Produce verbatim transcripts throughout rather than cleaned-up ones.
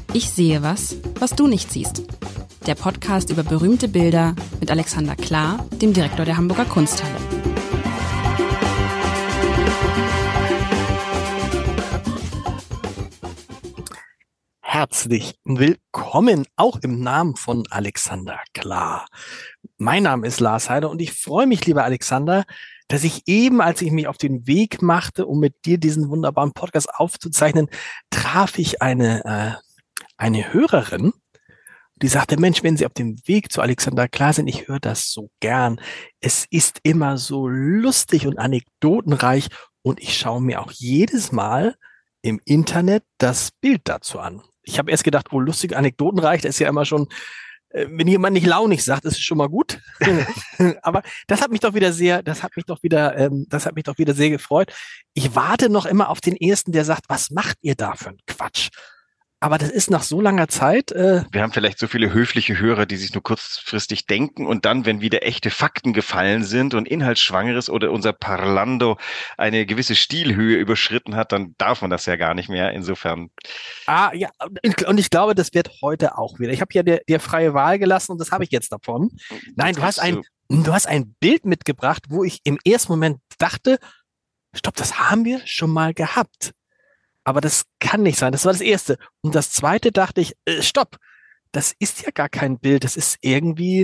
Ich sehe was, was du nicht siehst. Der Podcast über berühmte Bilder mit Alexander Klar, dem Direktor der Hamburger Kunsthalle. Herzlich willkommen, auch im Namen von Alexander Klar. Mein Name ist Lars Heider und ich freue mich, lieber Alexander, dass ich eben, als ich mich auf den Weg machte, um mit dir diesen wunderbaren Podcast aufzuzeichnen, traf ich eine, äh, eine Hörerin, die sagte, Mensch, wenn Sie auf dem Weg zu Alexander Klar sind, ich höre das so gern. Es ist immer so lustig und anekdotenreich und ich schaue mir auch jedes Mal im Internet das Bild dazu an. Ich habe erst gedacht, oh, lustig, anekdotenreich, das ist ja immer schon, äh, wenn jemand nicht launig sagt, ist es schon mal gut. Aber das hat mich doch wieder sehr, das hat mich doch wieder, ähm, das hat mich doch wieder sehr gefreut. Ich warte noch immer auf den ersten, der sagt, was macht ihr da für einen Quatsch? Aber das ist nach so langer Zeit. Äh Wir haben vielleicht so viele höfliche Hörer, die sich nur kurzfristig denken und dann, wenn wieder echte Fakten gefallen sind und Inhaltsschwangeres oder unser Parlando eine gewisse Stilhöhe überschritten hat, dann darf man das ja gar nicht mehr. Insofern. Ah, ja, und ich glaube, das wird heute auch wieder. Ich habe ja dir, dir freie Wahl gelassen und das habe ich jetzt davon. Nein, du hast ein, du hast ein Bild mitgebracht, wo ich im ersten Moment dachte, stopp, das haben wir schon mal gehabt. Aber das kann nicht sein. Das war das Erste. Und das Zweite dachte ich, äh, stopp, das ist ja gar kein Bild. Das ist irgendwie,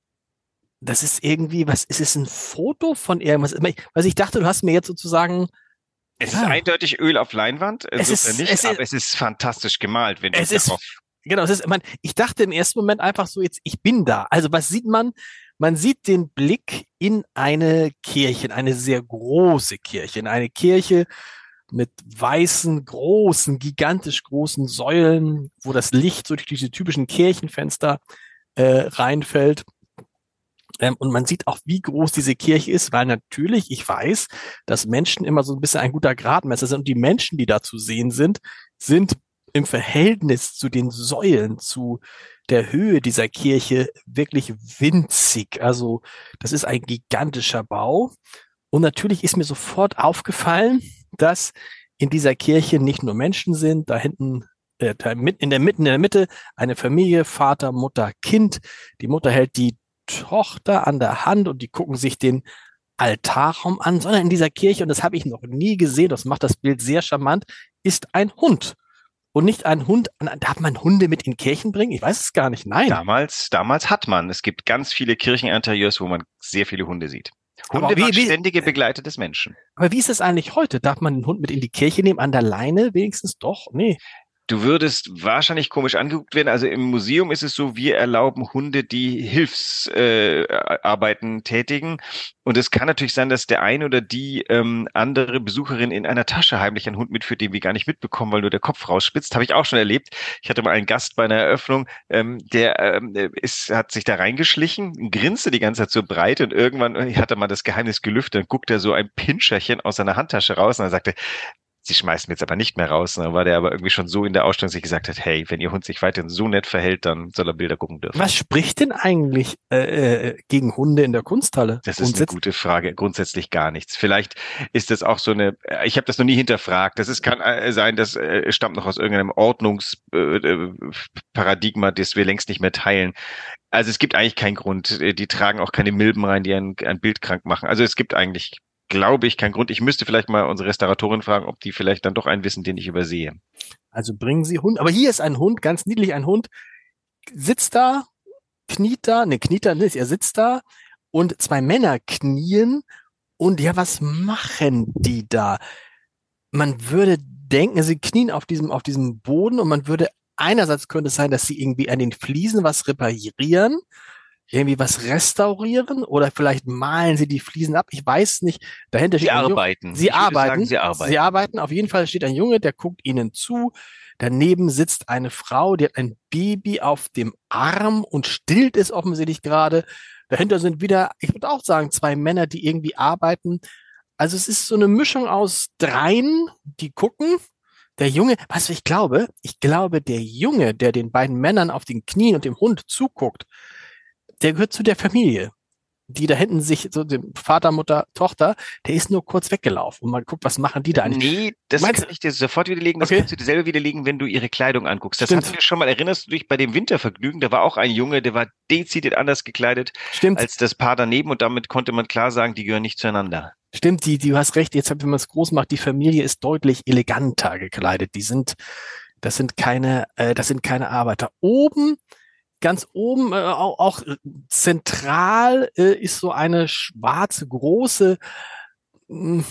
das ist irgendwie, was ist es, ein Foto von irgendwas? Also ich dachte, du hast mir jetzt sozusagen... Es ja. ist eindeutig Öl auf Leinwand, es ist, nicht, es aber ist, es ist fantastisch gemalt. Wenn es ist, genau, es ist, man, ich dachte im ersten Moment einfach so, jetzt, ich bin da. Also was sieht man? Man sieht den Blick in eine Kirche, in eine sehr große Kirche, in eine Kirche, mit weißen, großen, gigantisch großen Säulen, wo das Licht so durch diese typischen Kirchenfenster äh, reinfällt. Ähm, und man sieht auch, wie groß diese Kirche ist, weil natürlich, ich weiß, dass Menschen immer so ein bisschen ein guter Gradmesser sind. Und die Menschen, die da zu sehen sind, sind im Verhältnis zu den Säulen, zu der Höhe dieser Kirche wirklich winzig. Also das ist ein gigantischer Bau. Und natürlich ist mir sofort aufgefallen, dass in dieser Kirche nicht nur Menschen sind, da hinten, äh, da mit, in der Mitte, in der Mitte eine Familie, Vater, Mutter, Kind. Die Mutter hält die Tochter an der Hand und die gucken sich den Altarraum an, sondern in dieser Kirche, und das habe ich noch nie gesehen, das macht das Bild sehr charmant, ist ein Hund. Und nicht ein Hund, darf man Hunde mit in Kirchen bringen? Ich weiß es gar nicht, nein. Damals, damals hat man. Es gibt ganz viele Kircheninterieurs, wo man sehr viele Hunde sieht. Hunde aber wie, waren wie, ständige Begleiter des Menschen. Aber wie ist es eigentlich heute? Darf man den Hund mit in die Kirche nehmen, an der Leine wenigstens? Doch, nee. Du würdest wahrscheinlich komisch angeguckt werden. Also im Museum ist es so, wir erlauben Hunde, die Hilfsarbeiten äh, tätigen. Und es kann natürlich sein, dass der eine oder die ähm, andere Besucherin in einer Tasche heimlich einen Hund mitführt, den wir gar nicht mitbekommen, weil nur der Kopf rausspitzt. Habe ich auch schon erlebt. Ich hatte mal einen Gast bei einer Eröffnung, ähm, der ähm, ist, hat sich da reingeschlichen, grinste die ganze Zeit so breit und irgendwann hatte man das Geheimnis gelüftet. Dann guckt er so ein Pinscherchen aus seiner Handtasche raus und er sagte, Sie schmeißen mir jetzt aber nicht mehr raus. Dann war der aber irgendwie schon so in der Ausstellung, dass ich gesagt hat, hey, wenn Ihr Hund sich weiterhin so nett verhält, dann soll er Bilder gucken dürfen. Was spricht denn eigentlich äh, gegen Hunde in der Kunsthalle? Das ist eine gute Frage. Grundsätzlich gar nichts. Vielleicht ist das auch so eine, ich habe das noch nie hinterfragt. Das ist, kann sein, das äh, stammt noch aus irgendeinem Ordnungsparadigma, äh, das wir längst nicht mehr teilen. Also es gibt eigentlich keinen Grund. Die tragen auch keine Milben rein, die ein, ein Bild krank machen. Also es gibt eigentlich, glaube ich, keinen Grund. Ich müsste vielleicht mal unsere Restauratorin fragen, ob die vielleicht dann doch einen wissen, den ich übersehe. Also bringen Sie Hund. Aber hier ist ein Hund, ganz niedlich ein Hund, sitzt da, kniet da, ne, kniet da nicht, er sitzt da und zwei Männer knien und ja, was machen die da? Man würde denken, sie knien auf diesem, auf diesem Boden und man würde, einerseits könnte es sein, dass sie irgendwie an den Fliesen was reparieren, irgendwie was restaurieren oder vielleicht malen sie die Fliesen ab. Ich weiß nicht. Dahinter steht sie arbeiten. Sie arbeiten. Sagen, sie arbeiten. Sie arbeiten. Auf jeden Fall steht ein Junge, der guckt ihnen zu. Daneben sitzt eine Frau, die hat ein Baby auf dem Arm und stillt es offensichtlich gerade. Dahinter sind wieder, ich würde auch sagen, zwei Männer, die irgendwie arbeiten. Also es ist so eine Mischung aus dreien, die gucken. Der Junge, was ich glaube, ich glaube, der Junge, der den beiden Männern auf den Knien und dem Hund zuguckt, der gehört zu der Familie. die da hinten sich, so dem Vater, Mutter, Tochter, der ist nur kurz weggelaufen und man guckt, was machen die da eigentlich? Nee, das Meinst- kann ich dir sofort widerlegen. Das Okay. kannst du dir selber widerlegen, wenn du ihre Kleidung anguckst. Das Stimmt. hatten wir schon mal. Erinnerst du dich bei dem Wintervergnügen? Da war auch ein Junge, der war dezidiert anders gekleidet Stimmt, als das Paar daneben und damit konnte man klar sagen, die gehören nicht zueinander. stimmt, die, die, du hast recht, jetzt, wenn man es groß macht, die Familie ist deutlich eleganter gekleidet. Die sind, das sind keine, äh, das sind keine Arbeiter. Oben, ganz oben, äh, auch, auch äh, zentral äh, ist so eine schwarze, große, mh,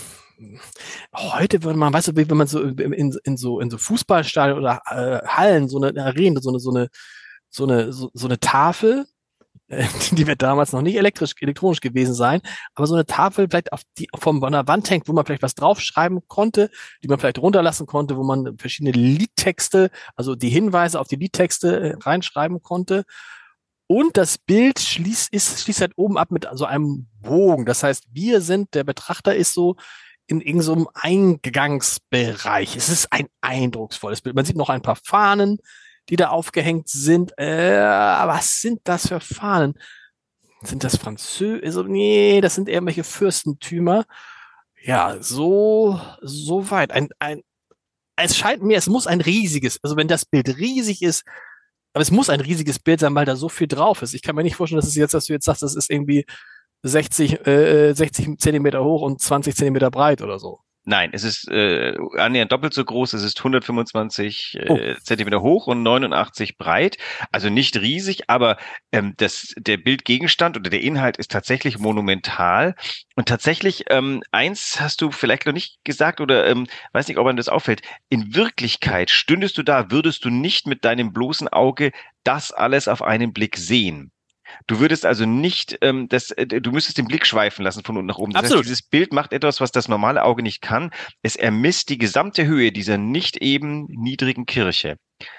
heute würde man, weißt du, wie wenn man so in, in, in so in so Fußballstadien oder äh, Hallen, so eine Arenen, so eine, so eine, so eine, so, so eine Tafel, äh, die wird damals noch nicht elektrisch, elektronisch gewesen sein, aber so eine Tafel vielleicht auf die vom an der Wand hängt, wo man vielleicht was draufschreiben konnte, die man vielleicht runterlassen konnte, wo man verschiedene Liedtexte, also die Hinweise auf die Liedtexte äh, reinschreiben konnte. Und das Bild schließt, ist, schließt halt oben ab mit so einem Bogen. Das heißt, wir sind, der Betrachter ist so in irgendeinem so Eingangsbereich. Es ist ein eindrucksvolles Bild. Man sieht noch ein paar Fahnen, die da aufgehängt sind. Äh, was sind das für Fahnen? Sind das Französisch? Also, nee, das sind irgendwelche Fürstentümer. Ja, so, so weit. Ein, ein, es scheint mir, es muss ein riesiges, also wenn das Bild riesig ist, aber es muss ein riesiges Bild sein, weil da so viel drauf ist. Ich kann mir nicht vorstellen, dass es jetzt, dass du jetzt sagst, das ist irgendwie sechzig, äh, sechzig Zentimeter hoch und zwanzig Zentimeter breit oder so. Nein, es ist äh, annähernd doppelt so groß. Es ist hundertfünfundzwanzig äh, Oh. Zentimeter hoch und neunundachtzig breit. Also nicht riesig, aber ähm, das, der Bildgegenstand oder der Inhalt ist tatsächlich monumental. Und tatsächlich, ähm, eins hast du vielleicht noch nicht gesagt oder ähm, weiß nicht, ob einem das auffällt. In Wirklichkeit stündest du da, würdest du nicht mit deinem bloßen Auge das alles auf einen Blick sehen. Du würdest also nicht, ähm, das, äh, du müsstest den Blick schweifen lassen von unten nach oben. Das Absolut. heißt, dieses Bild macht etwas, was das normale Auge nicht kann. Es ermisst die gesamte Höhe dieser nicht eben niedrigen Kirche.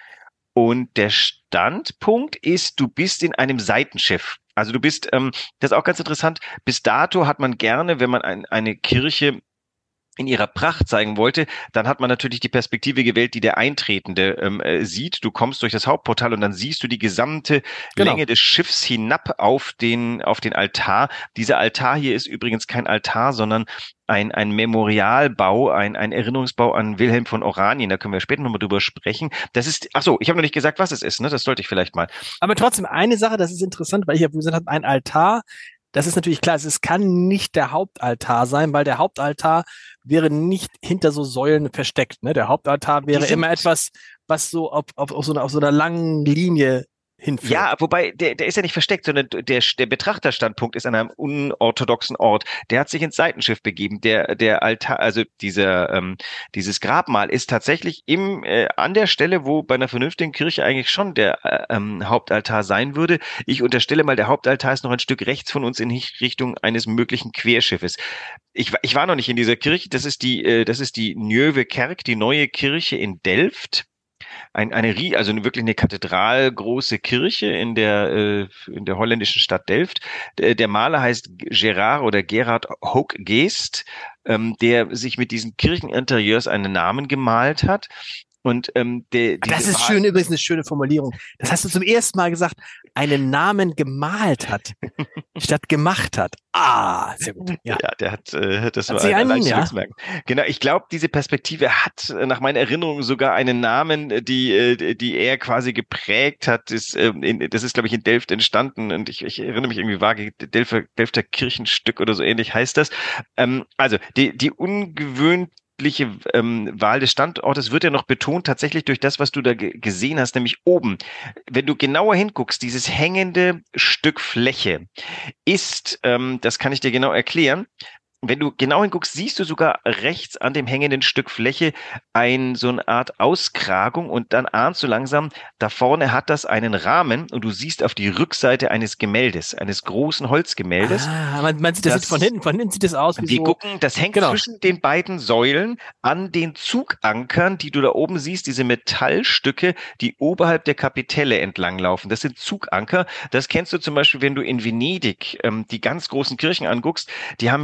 Und der Standpunkt ist, du bist in einem Seitenschiff. Also du bist, ähm, das ist auch ganz interessant, bis dato hat man gerne, wenn man ein, eine Kirche in ihrer Pracht zeigen wollte, dann hat man natürlich die Perspektive gewählt, die der Eintretende ähm, äh, sieht. Du kommst durch das Hauptportal und dann siehst du die gesamte Genau. Länge des Schiffs hinab auf den auf den Altar. Dieser Altar hier ist übrigens kein Altar, sondern ein ein Memorialbau, ein ein Erinnerungsbau an Wilhelm von Oranien. Da können wir später nochmal drüber sprechen. Das ist, ach so, ich habe noch nicht gesagt, was es ist, ne? Das sollte ich vielleicht mal. Aber trotzdem eine Sache, das ist interessant, weil ich habe gesagt habe, ein Altar, das ist natürlich klar, es kann nicht der Hauptaltar sein, weil der Hauptaltar wäre nicht hinter so Säulen versteckt. Ne? Der Hauptaltar wäre sind- immer etwas, was so auf, auf, auf, so einer, auf so einer langen Linie hinführt. Ja, wobei, der, der ist ja nicht versteckt, sondern der, der Betrachterstandpunkt ist an einem unorthodoxen Ort. Der hat sich ins Seitenschiff begeben. Der, der Altar, also dieser, ähm, dieses Grabmal ist tatsächlich im, äh, an der Stelle, wo bei einer vernünftigen Kirche eigentlich schon der äh, ähm, Hauptaltar sein würde. Ich unterstelle mal, der Hauptaltar ist noch ein Stück rechts von uns in Richtung eines möglichen Querschiffes. Ich, ich war noch nicht in dieser Kirche. Das ist die, äh, das ist die Nieuwe Kerk, die neue Kirche in Delft. Ein, eine, Rie- also eine, wirklich eine kathedralgroße Kirche in der, äh, in der holländischen Stadt Delft. Der, der Maler heißt Gerard oder Gerard Hooggeest, ähm, der sich mit diesen Kircheninterieurs einen Namen gemalt hat. Und ähm, der, Das diese ist Wahl- schön, übrigens eine schöne Formulierung. Das hast du zum ersten Mal gesagt, einen Namen gemalt hat, statt gemacht hat. Ah, sehr gut. Ja. Ja, der hat, äh, das Hat war sie ein einen, leichtes ja? Glücksmerk. Genau, ich glaube, diese Perspektive hat äh, nach meiner Erinnerung sogar einen Namen, äh, die, äh, die er quasi geprägt hat. Das, ähm, in, das ist, glaube ich, in Delft entstanden und ich, ich erinnere mich irgendwie vage, Delfer, Delfter Kirchenstück oder so ähnlich heißt das. Ähm, also, die, die ungewöhnliche ähm, Wahl des Standortes wird ja noch betont, tatsächlich durch das, was du da ge- gesehen hast, nämlich oben. Wenn du genauer hinguckst, dieses hängende Stück Fläche ist, ähm, das kann ich dir genau erklären, wenn du genau hinguckst, siehst du sogar rechts an dem hängenden Stück Fläche ein, so eine Art Auskragung und dann ahnst du langsam, da vorne hat das einen Rahmen und du siehst auf die Rückseite eines Gemäldes, eines großen Holzgemäldes. Ah, man, man sieht das, Das- sieht von hinten, von hinten sieht das aus wie Wir so. gucken, das hängt Genau. zwischen den beiden Säulen an den Zugankern, die du da oben siehst, diese Metallstücke, die oberhalb der Kapitelle entlanglaufen. Das sind Zuganker. Das kennst du zum Beispiel, wenn du in Venedig ähm, die ganz großen Kirchen anguckst. Die haben ja alle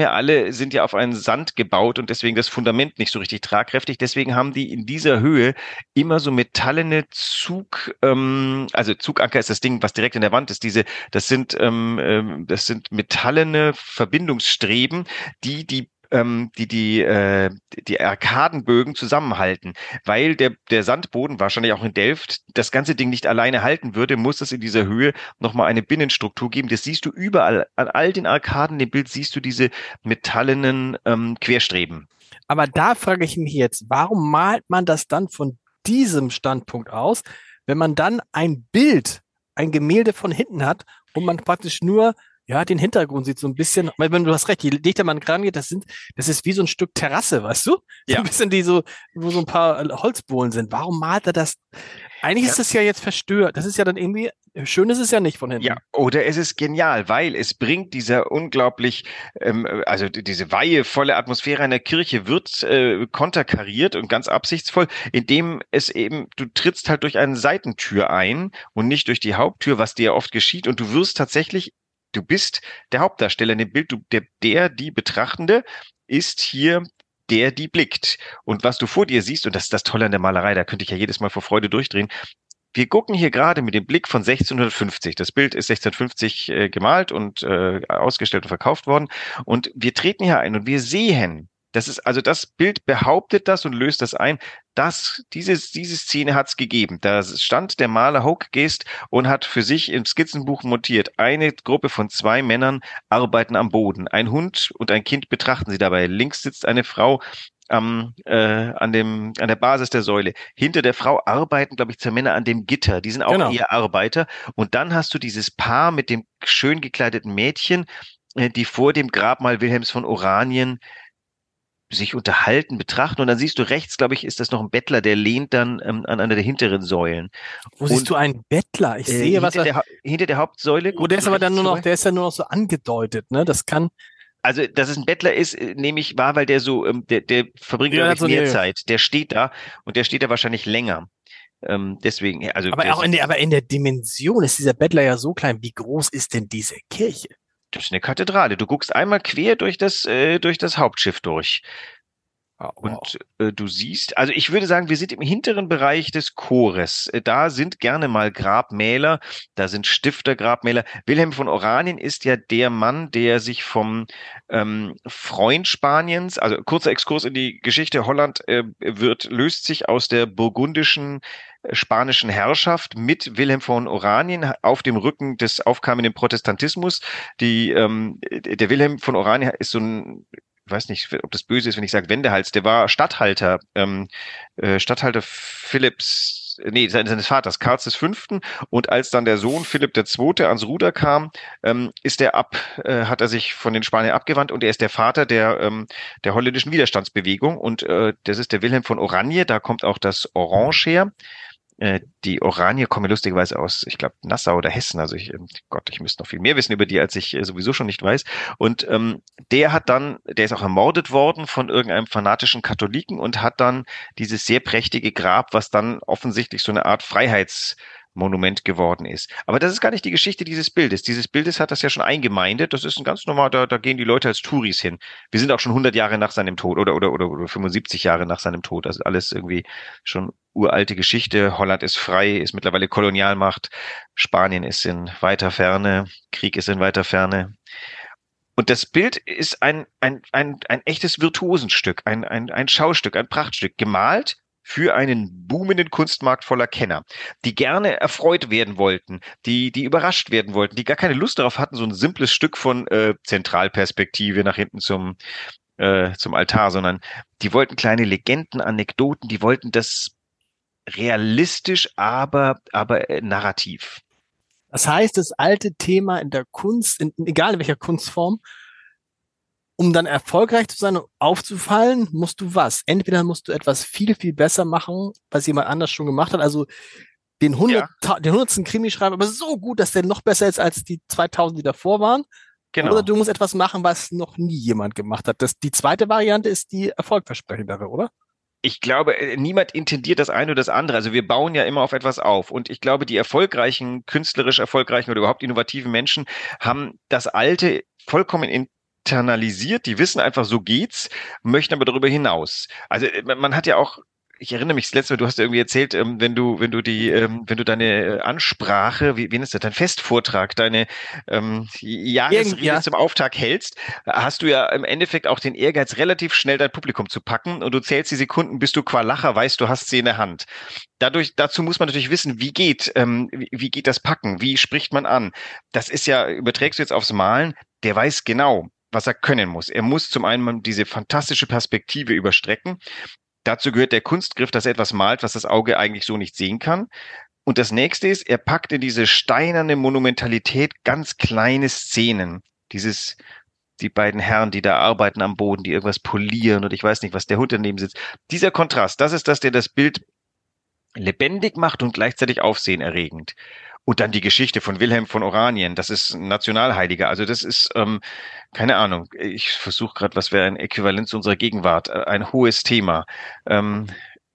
äh, sind ja auf einen Sand gebaut und deswegen das Fundament nicht so richtig tragkräftig. Deswegen haben die in dieser Höhe immer so metallene Zug, ähm, also Zuganker ist das Ding, was direkt in der Wand ist. Diese, das sind, ähm, ähm, das sind metallene Verbindungsstreben, die die ähm, die die äh, die Arkadenbögen zusammenhalten, weil der der Sandboden wahrscheinlich auch in Delft das ganze Ding nicht alleine halten würde, muss es in dieser Höhe nochmal eine Binnenstruktur geben. Das siehst du überall an all den Arkaden. Im Bild siehst du diese metallenen ähm, Querstreben. Aber da frage ich mich jetzt, warum malt man das dann von diesem Standpunkt aus, wenn man dann ein Bild, ein Gemälde von hinten hat und man praktisch nur ja, den Hintergrund sieht so ein bisschen, weil wenn du hast recht, je dichter man rangeht, das sind, das ist wie so ein Stück Terrasse, weißt du? So Ja. ein bisschen die so, wo so ein paar Holzbohlen sind. Warum malt er das? Eigentlich Ja. ist das ja jetzt verstört. Das ist ja dann irgendwie, schön ist es ja nicht von hinten. Ja, oder es ist genial, weil es bringt dieser unglaublich, ähm, also diese weihevolle Atmosphäre einer Kirche wird äh, konterkariert und ganz absichtsvoll, indem es eben, du trittst halt durch eine Seitentür ein und nicht durch die Haupttür, was dir ja oft geschieht, und du wirst tatsächlich, du bist der Hauptdarsteller in dem Bild, du, der, der, die Betrachtende ist hier der, die blickt. Und was du vor dir siehst, und das ist das Tolle an der Malerei, da könnte ich ja jedes Mal vor Freude durchdrehen, wir gucken hier gerade mit dem Blick von sechzehnhundertfünfzig. Das Bild ist sechzehnhundertfünfzig äh, gemalt und äh, ausgestellt und verkauft worden. Und wir treten hier ein und wir sehen, das ist, also das Bild behauptet das und löst das ein, dass dieses, diese Szene hat es gegeben. Da stand der Maler Hauckgeest und hat für sich im Skizzenbuch montiert. Eine Gruppe von zwei Männern arbeiten am Boden. Ein Hund und ein Kind betrachten sie dabei. Links sitzt eine Frau am, äh, an dem, an der Basis der Säule. Hinter der Frau arbeiten, glaube ich, zwei Männer an dem Gitter. Die sind auch Genau. eher Arbeiter. Und dann hast du dieses Paar mit dem schön gekleideten Mädchen, äh, die vor dem Grabmal Wilhelms von Oranien sich unterhalten, betrachten. Und dann siehst du rechts, glaube ich, ist das noch ein Bettler, der lehnt dann ähm, an einer der hinteren Säulen. Wo Und, siehst du einen Bettler? Ich äh, sehe, was hinter, er, der, Ha- hinter der Hauptsäule. oh, der ist aber dann nur noch, rechts der ist ja nur noch so angedeutet, ne? Das kann, Also, dass es ein Bettler ist, äh, nehme ich wahr, weil der so, ähm, der, der verbringt, Ja, glaube der ich, hat so mehr eine- Zeit. Der steht da und der steht da wahrscheinlich länger. Ähm, deswegen, ja, also aber der auch in der, aber in der Dimension ist dieser Bettler ja so klein. Wie groß ist denn diese Kirche? das ist eine Kathedrale. Du guckst einmal quer durch das, äh, durch das Hauptschiff durch. Oh, wow. Und äh, du siehst, also ich würde sagen, wir sind im hinteren Bereich des Chores. Äh, Da sind gerne mal Grabmäler, da sind Stiftergrabmäler. Wilhelm von Oranien ist ja der Mann, der sich vom ähm, Freund Spaniens, also kurzer Exkurs in die Geschichte, Holland äh, wird, löst sich aus der burgundischen äh, spanischen Herrschaft mit Wilhelm von Oranien auf dem Rücken des aufkeimenden Protestantismus. Die, ähm, der Wilhelm von Oranien ist so ein, ich weiß nicht, ob das böse ist, wenn ich sage Wendehals, der war Statthalter, ähm, äh, Statthalter Philipps, nee, seines, seines Vaters, Karls des Fünften. Und als dann der Sohn Philipp der Zweite ans Ruder kam, ähm, ist er ab, äh, hat er sich von den Spaniern abgewandt und er ist der Vater der, ähm, der holländischen Widerstandsbewegung. Und äh, das ist der Wilhelm von Oranje, da kommt auch das Orange her. Äh, Die Oranje kommen lustigerweise aus, ich glaube, Nassau oder Hessen. Also ich, ähm, Gott, ich müsste noch viel mehr wissen über die, als ich äh, sowieso schon nicht weiß. Und ähm, der hat dann, der ist auch ermordet worden von irgendeinem fanatischen Katholiken und hat dann dieses sehr prächtige Grab, was dann offensichtlich so eine Art Freiheitsmonument geworden ist. Aber das ist gar nicht die Geschichte dieses Bildes. Dieses Bildes hat das ja schon eingemeindet. Das ist ein ganz normal, da, da gehen die Leute als Touris hin. Wir sind auch schon hundert Jahre nach seinem Tod oder, oder, oder, oder fünfundsiebzig Jahre nach seinem Tod. Also alles irgendwie schon uralte Geschichte. Holland ist frei, ist mittlerweile Kolonialmacht. Spanien ist in weiter Ferne. Krieg ist in weiter Ferne. Und das Bild ist ein, ein, ein, ein echtes Virtuosenstück, ein, ein, ein Schaustück, ein Prachtstück, gemalt für einen boomenden Kunstmarkt voller Kenner, die gerne erfreut werden wollten, die, die überrascht werden wollten, die gar keine Lust darauf hatten, so ein simples Stück von äh, Zentralperspektive nach hinten zum, äh, zum Altar, sondern die wollten kleine Legenden, Anekdoten, die wollten das realistisch, aber, aber äh, narrativ. Das heißt, das alte Thema in der Kunst, in, egal in welcher Kunstform, um dann erfolgreich zu sein und aufzufallen, musst du was? Entweder musst du etwas viel, viel besser machen, was jemand anders schon gemacht hat, also den hundert, den hundertsten Krimi schreiben, aber so gut, dass der noch besser ist als die zweitausend, die davor waren. Genau. Oder du musst etwas machen, was noch nie jemand gemacht hat. Das, die zweite Variante ist die erfolgversprechendere, oder? Ich glaube, äh, niemand intendiert das eine oder das andere. Also wir bauen ja immer auf etwas auf. Und ich glaube, die erfolgreichen, künstlerisch erfolgreichen oder überhaupt innovativen Menschen haben das Alte vollkommen in internalisiert, die wissen einfach, so geht's, möchten aber darüber hinaus. Also man hat ja auch, ich erinnere mich das letzte Mal, du hast ja irgendwie erzählt, ähm, wenn du, wenn du die, ähm, wenn du deine Ansprache, wie, wie ist das, dein Festvortrag, deine ähm, Jahresrede ja. zum Auftakt hältst, hast du ja im Endeffekt auch den Ehrgeiz, relativ schnell dein Publikum zu packen und du zählst die Sekunden, bis du qua Lacher weißt, du hast sie in der Hand. Dadurch, dazu muss man natürlich wissen, wie geht, ähm, wie, wie geht das Packen, wie spricht man an. Das ist ja, überträgst du jetzt aufs Malen, der weiß genau, was er können muss. Er muss zum einen diese fantastische Perspektive überstrecken. Dazu gehört der Kunstgriff, dass er etwas malt, was das Auge eigentlich so nicht sehen kann. Und das nächste ist, er packt in diese steinerne Monumentalität ganz kleine Szenen. Dieses, die beiden Herren, die da arbeiten am Boden, die irgendwas polieren und ich weiß nicht, was der Hund daneben sitzt. Dieser Kontrast, das ist das, der das Bild lebendig macht und gleichzeitig aufsehenerregend. Und dann die Geschichte von Wilhelm von Oranien, das ist ein Nationalheiliger. Also das ist, ähm, keine Ahnung, ich versuche gerade, was wäre ein Äquivalent zu unserer Gegenwart, äh, ein hohes Thema. Ähm,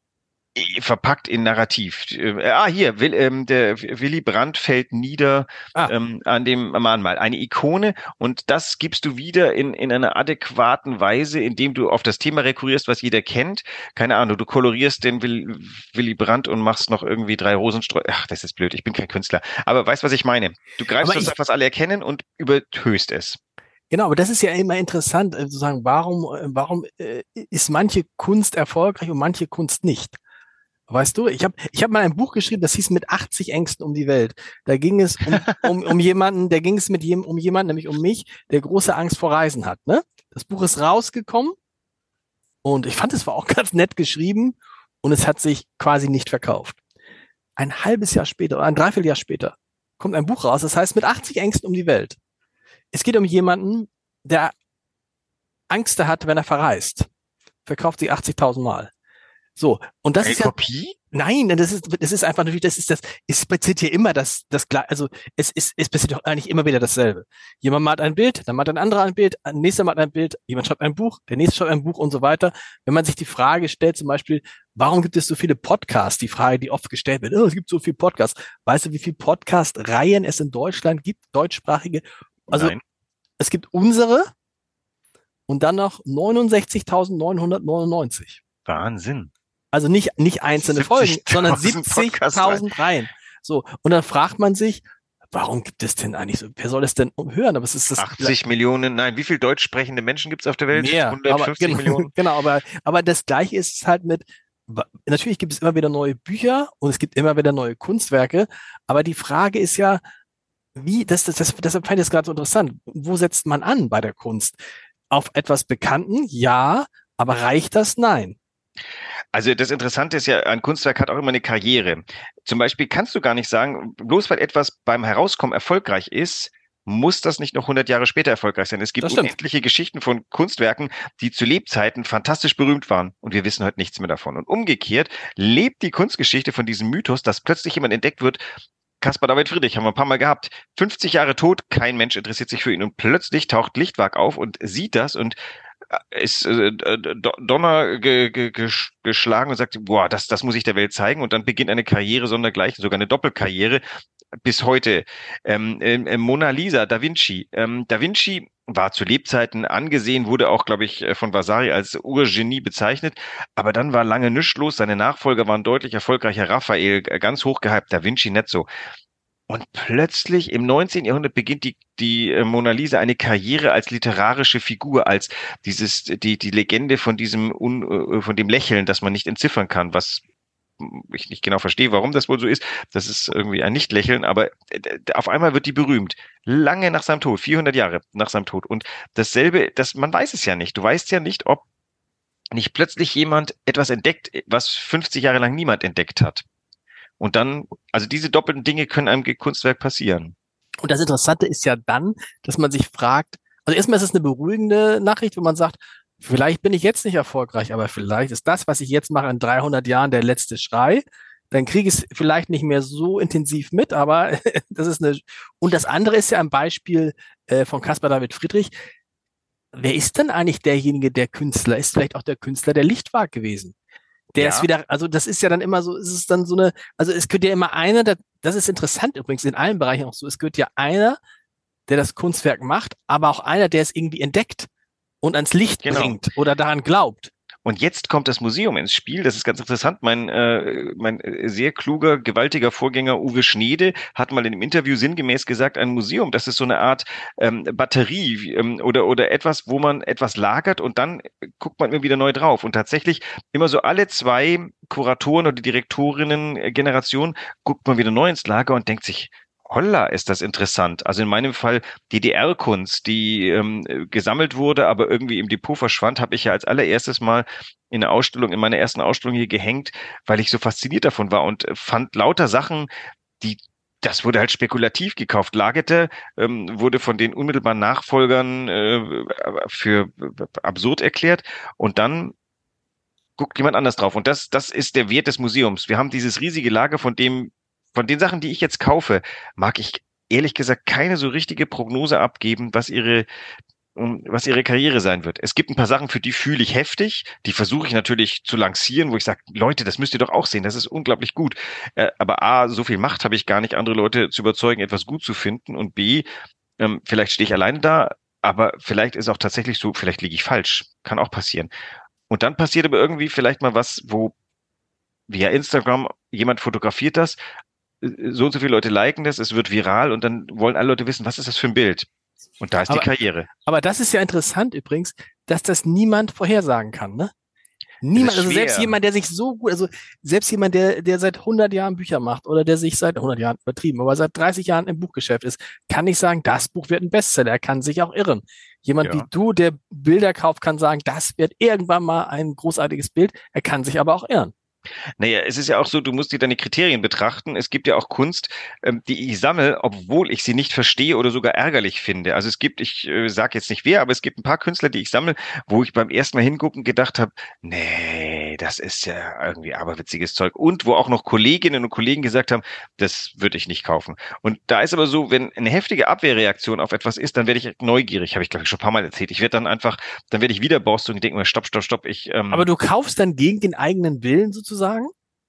verpackt in Narrativ. Äh, ah, hier, Will, ähm, der Willy Brandt fällt nieder Ah. ähm, an dem Mahnmal. Eine Ikone und das gibst du wieder in, in einer adäquaten Weise, indem du auf das Thema rekurrierst, was jeder kennt. Keine Ahnung, du kolorierst den Will, Willy Brandt und machst noch irgendwie drei Rosensträuße. Ach, das ist blöd, ich bin kein Künstler. Aber weißt, was ich meine? Du greifst das, was alle erkennen und überhöhst es. Genau, aber das ist ja immer interessant, äh, sozusagen, warum, äh, warum äh, ist manche Kunst erfolgreich und manche Kunst nicht? Weißt du, ich habe ich hab mal ein Buch geschrieben, das hieß Mit achtzig Ängsten um die Welt. Da ging es um, um, um jemanden, da ging es mit jem, um jemanden, nämlich um mich, der große Angst vor Reisen hat. Ne? Das Buch ist rausgekommen und ich fand, es war auch ganz nett geschrieben und es hat sich quasi nicht verkauft. Ein halbes Jahr später oder ein Dreivierteljahr später kommt ein Buch raus, das heißt Mit achtzig Ängsten um die Welt. Es geht um jemanden, der Angst hat, wenn er verreist. Verkauft sie achtzigtausend Mal. So, und das Eine ist ja, Kopie? Nein, das ist, das ist einfach natürlich, das ist das, es passiert hier immer das, das, also, es ist, es passiert doch eigentlich immer wieder dasselbe. Jemand malt ein Bild, dann malt ein anderer ein Bild, ein nächster malt ein Bild, jemand schreibt ein Buch, der nächste schreibt ein Buch und so weiter. Wenn man sich die Frage stellt, zum Beispiel, warum gibt es so viele Podcasts? Die Frage, die oft gestellt wird, oh, es gibt so viele Podcasts. Weißt du, wie viele Podcast-Reihen es in Deutschland gibt, deutschsprachige? Also, Nein. Es gibt unsere und dann noch neunundsechzigtausendneunhundertneunundneunzig. Wahnsinn. Also nicht, nicht einzelne Folgen, sondern siebzigtausend siebzigtausend Reihen. So. Und dann fragt man sich, warum gibt es denn eigentlich so, wer soll das denn hören? Aber es ist das. achtzig Millionen, nein, wie viel deutsch sprechende Menschen gibt es auf der Welt? Mehr. hundertfünfzig Aber, Millionen? Genau, aber, aber das Gleiche ist es halt mit, natürlich gibt es immer wieder neue Bücher und es gibt immer wieder neue Kunstwerke, aber die Frage ist ja, wie, das, das, das, deshalb fand ich das gerade so interessant. Wo setzt man an bei der Kunst? Auf etwas Bekannten? Ja, aber reicht das? Nein. Also das Interessante ist ja, ein Kunstwerk hat auch immer eine Karriere. Zum Beispiel kannst du gar nicht sagen, bloß weil etwas beim Herauskommen erfolgreich ist, muss das nicht noch hundert Jahre später erfolgreich sein. Es gibt unendliche Geschichten von Kunstwerken, die zu Lebzeiten fantastisch berühmt waren und wir wissen heute nichts mehr davon. Und umgekehrt lebt die Kunstgeschichte von diesem Mythos, dass plötzlich jemand entdeckt wird. Caspar David Friedrich haben wir ein paar Mal gehabt. fünfzig Jahre tot, kein Mensch interessiert sich für ihn und plötzlich taucht Lichtwag auf und sieht das und ist äh, Donner ge, ge, geschlagen und sagt, boah, das, das muss ich der Welt zeigen. Und dann beginnt eine Karriere sondergleichen, sogar eine Doppelkarriere bis heute. Ähm, äh, Mona Lisa, Da Vinci. Ähm, Da Vinci war zu Lebzeiten angesehen, wurde auch, glaube ich, von Vasari als Urgenie bezeichnet. Aber dann war lange nichts los. Seine Nachfolger waren deutlich erfolgreicher. Raphael, ganz hoch gehypt, Da Vinci nicht so. Und plötzlich im neunzehnten Jahrhundert beginnt die, die Mona Lisa eine Karriere als literarische Figur, als dieses, die, die Legende von diesem, Un, von dem Lächeln, das man nicht entziffern kann, was ich nicht genau verstehe, warum das wohl so ist. Das ist irgendwie ein Nicht-Lächeln, aber auf einmal wird die berühmt. Lange nach seinem Tod, vierhundert Jahre nach seinem Tod. Und dasselbe, das, man weiß es ja nicht. Du weißt ja nicht, ob nicht plötzlich jemand etwas entdeckt, was fünfzig Jahre lang niemand entdeckt hat. Und dann, also diese doppelten Dinge können einem Kunstwerk passieren. Und das Interessante ist ja dann, dass man sich fragt, also erstmal ist es eine beruhigende Nachricht, wenn man sagt, vielleicht bin ich jetzt nicht erfolgreich, aber vielleicht ist das, was ich jetzt mache in dreihundert Jahren der letzte Schrei. Dann kriege ich es vielleicht nicht mehr so intensiv mit, aber das ist eine, und das andere ist ja ein Beispiel äh, von Caspar David Friedrich. Wer ist denn eigentlich derjenige, der Künstler? Ist vielleicht auch der Künstler der Lichtwag gewesen? Der ja. ist wieder, also das ist ja dann immer so, es ist dann so eine, also es könnte ja immer einer, das ist interessant übrigens in allen Bereichen auch so, es gehört ja einer der das Kunstwerk macht, aber auch einer, der es irgendwie entdeckt und ans Licht Genau. bringt oder daran glaubt. Und jetzt kommt das Museum ins Spiel. Das ist ganz interessant. Mein, äh, mein sehr kluger, gewaltiger Vorgänger Uwe Schneede hat mal in einem Interview sinngemäß gesagt, ein Museum, das ist so eine Art ähm, Batterie ähm, oder, oder etwas, wo man etwas lagert und dann guckt man immer wieder neu drauf. Und tatsächlich immer so alle zwei Kuratoren oder Direktorinnen-Generation guckt man wieder neu ins Lager und denkt sich, Holla, ist das interessant. Also in meinem Fall D D R-Kunst, die ähm, gesammelt wurde, aber irgendwie im Depot verschwand, habe ich ja als allererstes mal in der Ausstellung, in meiner ersten Ausstellung hier gehängt, weil ich so fasziniert davon war und fand lauter Sachen, die das wurde halt spekulativ gekauft. Lagete ähm, wurde von den unmittelbaren Nachfolgern äh, für absurd erklärt und dann guckt jemand anders drauf. Und das, das ist der Wert des Museums. Wir haben dieses riesige Lager, von dem von den Sachen, die ich jetzt kaufe, mag ich ehrlich gesagt keine so richtige Prognose abgeben, was ihre, was ihre Karriere sein wird. Es gibt ein paar Sachen, für die fühle ich heftig, die versuche ich natürlich zu lancieren, wo ich sage, Leute, das müsst ihr doch auch sehen, das ist unglaublich gut. Aber A, so viel Macht habe ich gar nicht, andere Leute zu überzeugen, etwas gut zu finden. Und B, vielleicht stehe ich alleine da, aber vielleicht ist auch tatsächlich so, vielleicht liege ich falsch. Kann auch passieren. Und dann passiert aber irgendwie vielleicht mal was, wo via Instagram jemand fotografiert das, so und so viele Leute liken das, es wird viral und dann wollen alle Leute wissen, was ist das für ein Bild? Und da ist aber, die Karriere. Aber das ist ja interessant übrigens, dass das niemand vorhersagen kann, ne? Niemand, also selbst jemand, der sich so gut, also selbst jemand, der, der seit hundert Jahren Bücher macht oder der sich seit hundert Jahren übertrieben, aber seit dreißig Jahren im Buchgeschäft ist, kann nicht sagen, das Buch wird ein Bestseller. Er kann sich auch irren. Jemand Ja. wie du, der Bilder kauft, kann sagen, das wird irgendwann mal ein großartiges Bild. Er kann sich aber auch irren. Naja, es ist ja auch so, du musst dir deine Kriterien betrachten. Es gibt ja auch Kunst, ähm, die ich sammle, obwohl ich sie nicht verstehe oder sogar ärgerlich finde. Also es gibt, ich äh, sage jetzt nicht wer, aber es gibt ein paar Künstler, die ich sammle, wo ich beim ersten Mal hingucken gedacht habe, nee, das ist ja irgendwie aberwitziges Zeug. Und wo auch noch Kolleginnen und Kollegen gesagt haben, das würde ich nicht kaufen. Und da ist aber so, wenn eine heftige Abwehrreaktion auf etwas ist, dann werde ich neugierig, habe ich glaube ich schon ein paar Mal erzählt. Ich werde dann einfach, dann werde ich wieder borsteln und denke mir, stopp, stopp, stopp. Ich, ähm, Aber du kaufst dann gegen den eigenen Willen sozusagen?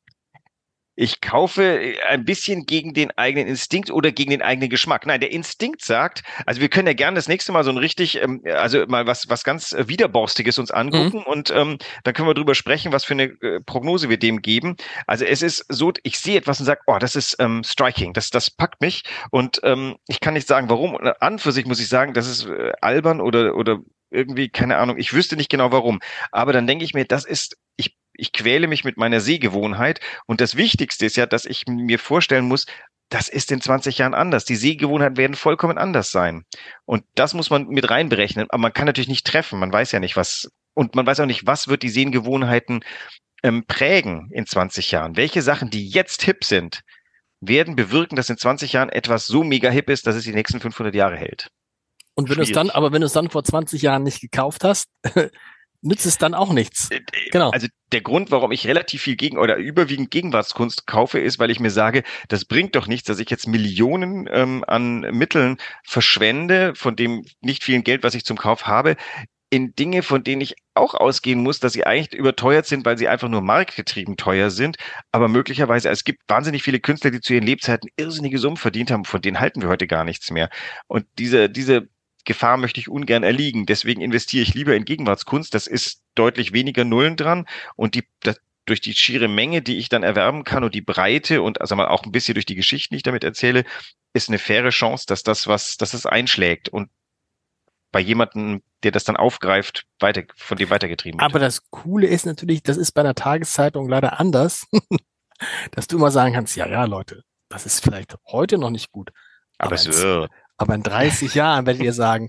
Ich kaufe ein bisschen gegen den eigenen Instinkt oder gegen den eigenen Geschmack. Nein, der Instinkt sagt, also wir können ja gerne das nächste Mal so ein richtig, ähm, also mal was was ganz Widerborstiges uns angucken mhm. und ähm, dann können wir drüber sprechen, was für eine äh, Prognose wir dem geben. Also es ist so, ich sehe etwas und sage, oh, das ist ähm, striking, das das packt mich und ähm, ich kann nicht sagen, warum. Und an für sich muss ich sagen, das ist äh, albern oder oder irgendwie, keine Ahnung, ich wüsste nicht genau warum. Aber dann denke ich mir, das ist, ich ich quäle mich mit meiner Sehgewohnheit. Und das Wichtigste ist ja, dass ich mir vorstellen muss, das ist in zwanzig Jahren anders. Die Sehgewohnheiten werden vollkommen anders sein. Und das muss man mit reinberechnen. Aber man kann natürlich nicht treffen. Man weiß ja nicht, was, und man weiß auch nicht, was wird die Sehgewohnheiten ähm, prägen in zwanzig Jahren. Welche Sachen, die jetzt hip sind, werden bewirken, dass in zwanzig Jahren etwas so mega hip ist, dass es die nächsten fünfhundert Jahre hält. Und wenn du es dann, aber wenn du es dann vor zwanzig Jahren nicht gekauft hast, nützt es dann auch nichts. Genau. Also der Grund, warum ich relativ viel gegen oder überwiegend Gegenwartskunst kaufe, ist, weil ich mir sage, das bringt doch nichts, dass ich jetzt Millionen ähm, an Mitteln verschwende, von dem nicht vielen Geld, was ich zum Kauf habe, in Dinge, von denen ich auch ausgehen muss, dass sie eigentlich überteuert sind, weil sie einfach nur marktgetrieben teuer sind. Aber möglicherweise, es gibt wahnsinnig viele Künstler, die zu ihren Lebzeiten irrsinnige Summen verdient haben, von denen halten wir heute gar nichts mehr. Und diese, diese Gefahr möchte ich ungern erliegen. Deswegen investiere ich lieber in Gegenwartskunst. Das ist deutlich weniger Nullen dran und die das, durch die schiere Menge, die ich dann erwerben kann und die Breite und also mal auch ein bisschen durch die Geschichten, die ich damit erzähle, ist eine faire Chance, dass das was, dass das einschlägt und bei jemandem, der das dann aufgreift, weiter von dem weitergetrieben wird. Aber das Coole ist natürlich, das ist bei einer Tageszeitung leider anders, dass du immer sagen kannst, ja, ja, Leute, das ist vielleicht heute noch nicht gut. Aber, aber es wird. Aber in dreißig Jahren werdet ihr sagen,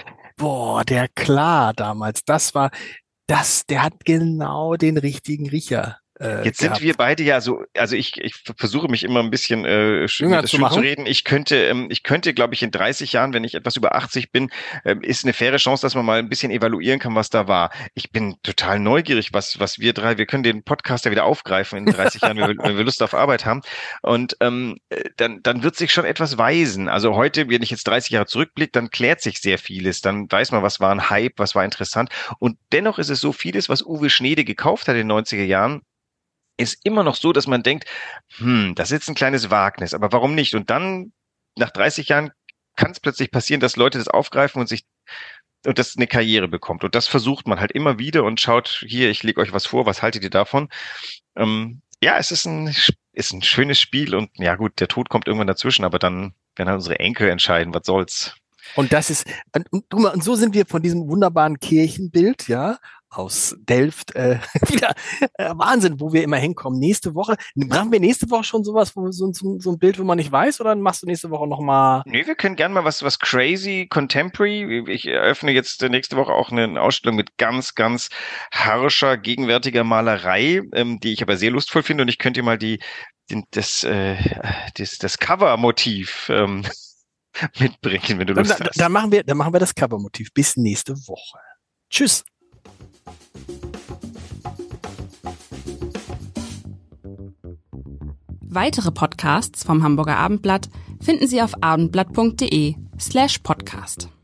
boah, der Klar damals, das war, das, der hat genau den richtigen Riecher. Äh, Jetzt gehabt. sind wir beide ja so, also ich, ich versuche mich immer ein bisschen äh, Jünger zu, schön zu reden. Ich könnte, ähm, ich könnte, glaube ich, in dreißig Jahren, wenn ich etwas über achtzig bin, ähm, ist eine faire Chance, dass man mal ein bisschen evaluieren kann, was da war. Ich bin total neugierig, was, was wir drei, wir können den Podcast ja wieder aufgreifen in dreißig Jahren, wenn wir, wenn wir Lust auf Arbeit haben. Und ähm, dann, dann wird sich schon etwas weisen. Also heute, wenn ich jetzt dreißig Jahre zurückblicke, dann klärt sich sehr vieles. Dann weiß man, was war ein Hype, was war interessant. Und dennoch ist es so vieles, was Uwe Schneede gekauft hat in den neunziger Jahren, ist immer noch so, dass man denkt, hm, das ist jetzt ein kleines Wagnis, aber warum nicht? Und dann, nach dreißig Jahren, kann es plötzlich passieren, dass Leute das aufgreifen und sich und das eine Karriere bekommt. Und das versucht man halt immer wieder und schaut, hier, ich lege euch was vor, was haltet ihr davon? Ähm, ja, es ist ein, ist ein schönes Spiel und ja gut, der Tod kommt irgendwann dazwischen, aber dann werden halt unsere Enkel entscheiden, was soll's. Und das ist, und, und, und so sind wir von diesem wunderbaren Kirchenbild, ja, aus Delft, äh, wieder äh, Wahnsinn, wo wir immer hinkommen. Nächste Woche, machen wir nächste Woche schon sowas, wo so, so, so ein Bild, wo man nicht weiß, oder machst du nächste Woche nochmal? Nee, wir können gerne mal was, was crazy, contemporary. Ich eröffne jetzt nächste Woche auch eine Ausstellung mit ganz, ganz harscher, gegenwärtiger Malerei, ähm, die ich aber sehr lustvoll finde und ich könnte dir mal die, die das, äh, das, das Cover-Motiv, ähm, mitbringen, wenn du Lust dann, hast. Dann machen wir, dann machen wir das Covermotiv. Bis nächste Woche. Tschüss. Weitere Podcasts vom Hamburger Abendblatt finden Sie auf abendblatt punkt de slash podcast.